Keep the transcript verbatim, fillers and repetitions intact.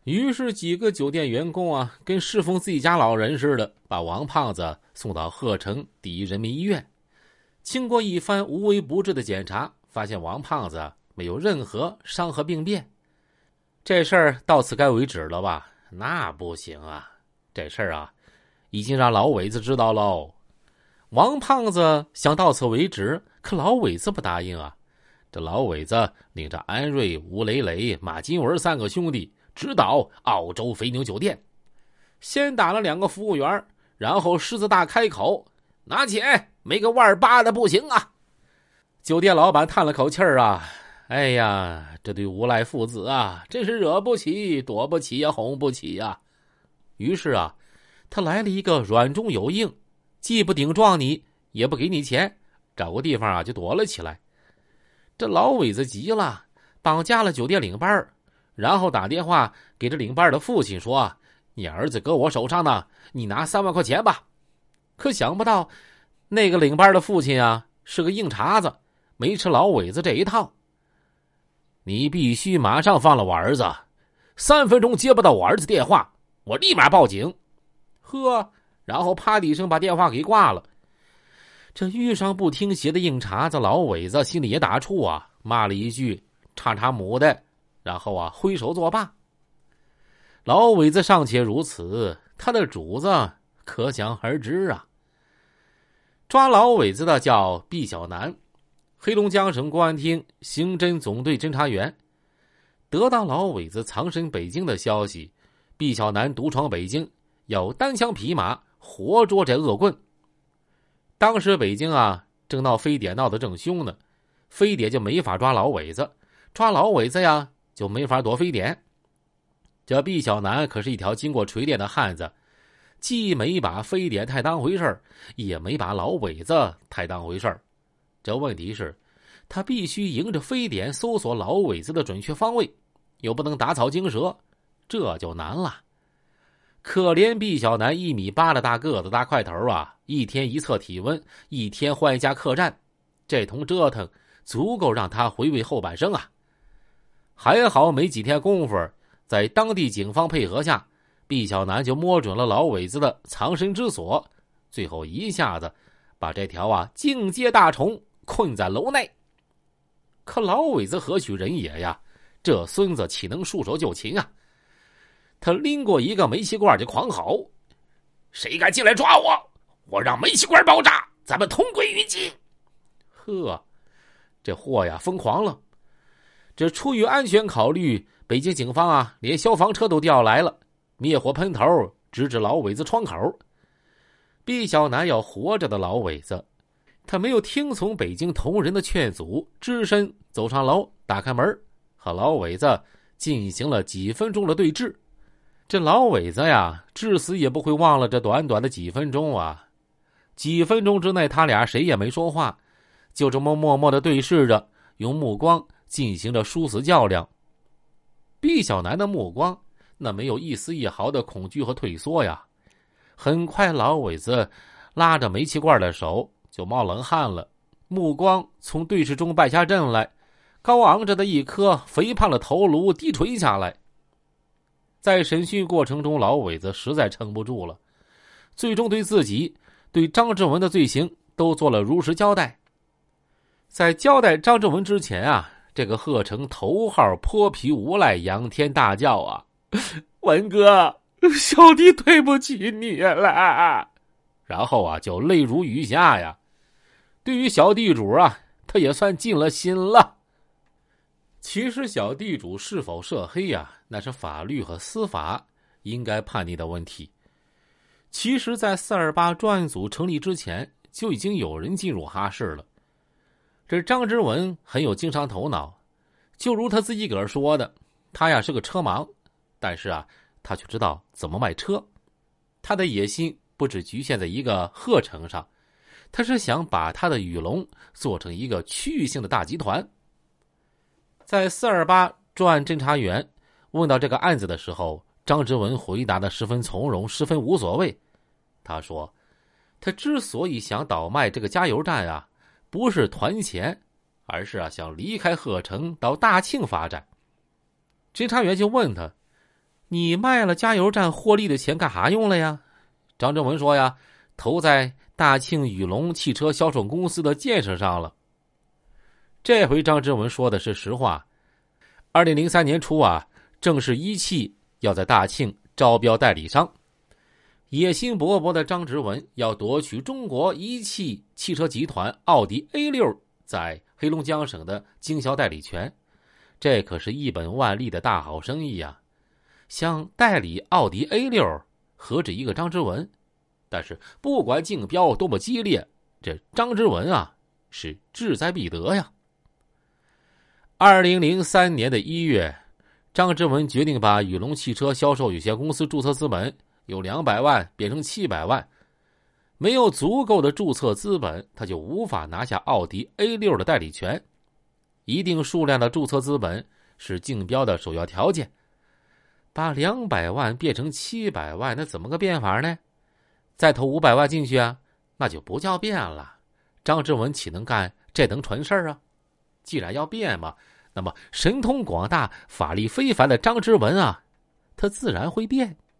于是几个酒店员工啊，跟侍奉自己家老人似的，把王胖子送到鹤城第一人民医院。经过一番无微不至的检查，发现王胖子没有任何伤和病变。这事儿到此该为止了吧？那不行啊，这事儿啊，已经让老伟子知道喽。王胖子想到此为止，可老伟子不答应啊。这老伟子领着安瑞、吴磊磊、马金文三个兄弟直捣澳洲肥牛酒店，先打了两个服务员，然后狮子大开口：“拿钱，没个万八的不行啊！”酒店老板叹了口气儿啊，哎呀，这对无赖父子啊，真是惹不起、躲不起呀、哄不起呀。于是啊，他来了一个软中有硬，既不顶撞你，也不给你钱，找个地方啊就躲了起来。这老伟子急了，绑架了酒店领班，然后打电话给这领班的父亲说：“你儿子搁我手上呢，你拿三万块钱吧。”可想不到，那个领班的父亲啊是个硬茬子，没吃老伟子这一套。你必须马上放了我儿子，三分钟接不到我儿子电话，我立马报警。呵，然后啪的一声把电话给挂了。这遇上不听邪的硬茬子，老伟子心里也打怵啊，骂了一句叉叉母的，然后啊挥手作罢。老伟子尚且如此，他的主子可想而知啊。抓老伟子的叫毕小南，黑龙江省公安厅刑侦总队侦查员。得到老伟子藏身北京的消息，毕小南独闯北京，要单枪匹马活捉这恶棍。当时北京啊正闹非典闹得正凶呢，非典就没法抓老伟子，抓老伟子呀就没法躲非典。这毕小南可是一条经过锤炼的汉子，既没把非典太当回事儿，也没把老伟子太当回事儿。这问题是，他必须迎着非典搜索老伟子的准确方位，又不能打草惊蛇，这就难了。可怜毕小南一米八的大个子大块头啊，一天一测体温，一天换一家客栈，这通折腾足够让他回味后半生啊。还好没几天功夫，在当地警方配合下，毕小南就摸准了老伟子的藏身之所，最后一下子把这条啊境界大虫困在楼内。可老伟子何许人也呀，这孙子岂能束手就擒啊。他拎过一个煤气罐就狂吼：“谁敢进来抓我，我让煤气罐爆炸，咱们同归于尽！”呵，这货呀疯狂了。这出于安全考虑，北京警方啊连消防车都调来了，灭火喷头直指老伟子窗口。毕小南要活着的老伟子，他没有听从北京同仁的劝阻，只身走上楼，打开门，和老伟子进行了几分钟的对峙。这老伟子呀，至死也不会忘了这短短的几分钟啊！几分钟之内，他俩谁也没说话，就这么默默的对视着，用目光进行着殊死较量。毕小南的目光，那没有一丝一毫的恐惧和退缩呀。很快，老伟子拉着煤气罐的手就冒冷汗了，目光从对视中败下阵来，高昂着的一颗肥胖的头颅低垂下来。在审讯过程中，老伟子实在撑不住了，最终对自己、对张志文的罪行都做了如实交代。在交代张志文之前啊，这个鹤城头号泼皮无赖仰天大叫啊：“文哥，小弟对不起你了！”然后啊，就泪如雨下呀。对于小地主啊，他也算尽了心了。其实小地主是否涉黑呀、啊，那是法律和司法应该判定的问题。其实在四二八专案组成立之前，就已经有人进入哈市了。这张之文很有经商头脑，就如他自己个儿说的，他呀是个车盲，但是啊，他却知道怎么卖车。他的野心不只局限在一个鹤城上，他是想把他的雨龙做成一个区域性的大集团。在四二八专案侦查员问到这个案子的时候，张之文回答的十分从容，十分无所谓。他说，他之所以想倒卖这个加油站啊，不是团钱，而是啊想离开鹤城到大庆发展。侦查员就问他， 你卖了加油站获利的钱干啥用了呀？张志文说呀，投在大庆宇龙汽车销售公司的建设上了。这回张志文说的是实话。二零零三年初啊，正是一汽要在大庆招标代理商，野心勃勃的张志文要夺取中国一汽汽车集团奥迪 A 六 在黑龙江省的经销代理权，这可是一本万利的大好生意呀！想代理奥迪 A 六， 何止一个张志文？但是不管竞标多么激烈，这张志文啊是志在必得呀。二零零三年的一月，张志文决定把宇龙汽车销售有限公司注册资本由两百万变成七百万。没有足够的注册资本，他就无法拿下奥迪 A 六 的代理权。一定数量的注册资本是竞标的首要条件。把两百万变成七百万，那怎么个变法呢？再投五百万进去啊，那就不叫变了。张志文岂能干这等蠢事啊？既然要变嘛，那么神通广大、法力非凡的张志文啊，他自然会变。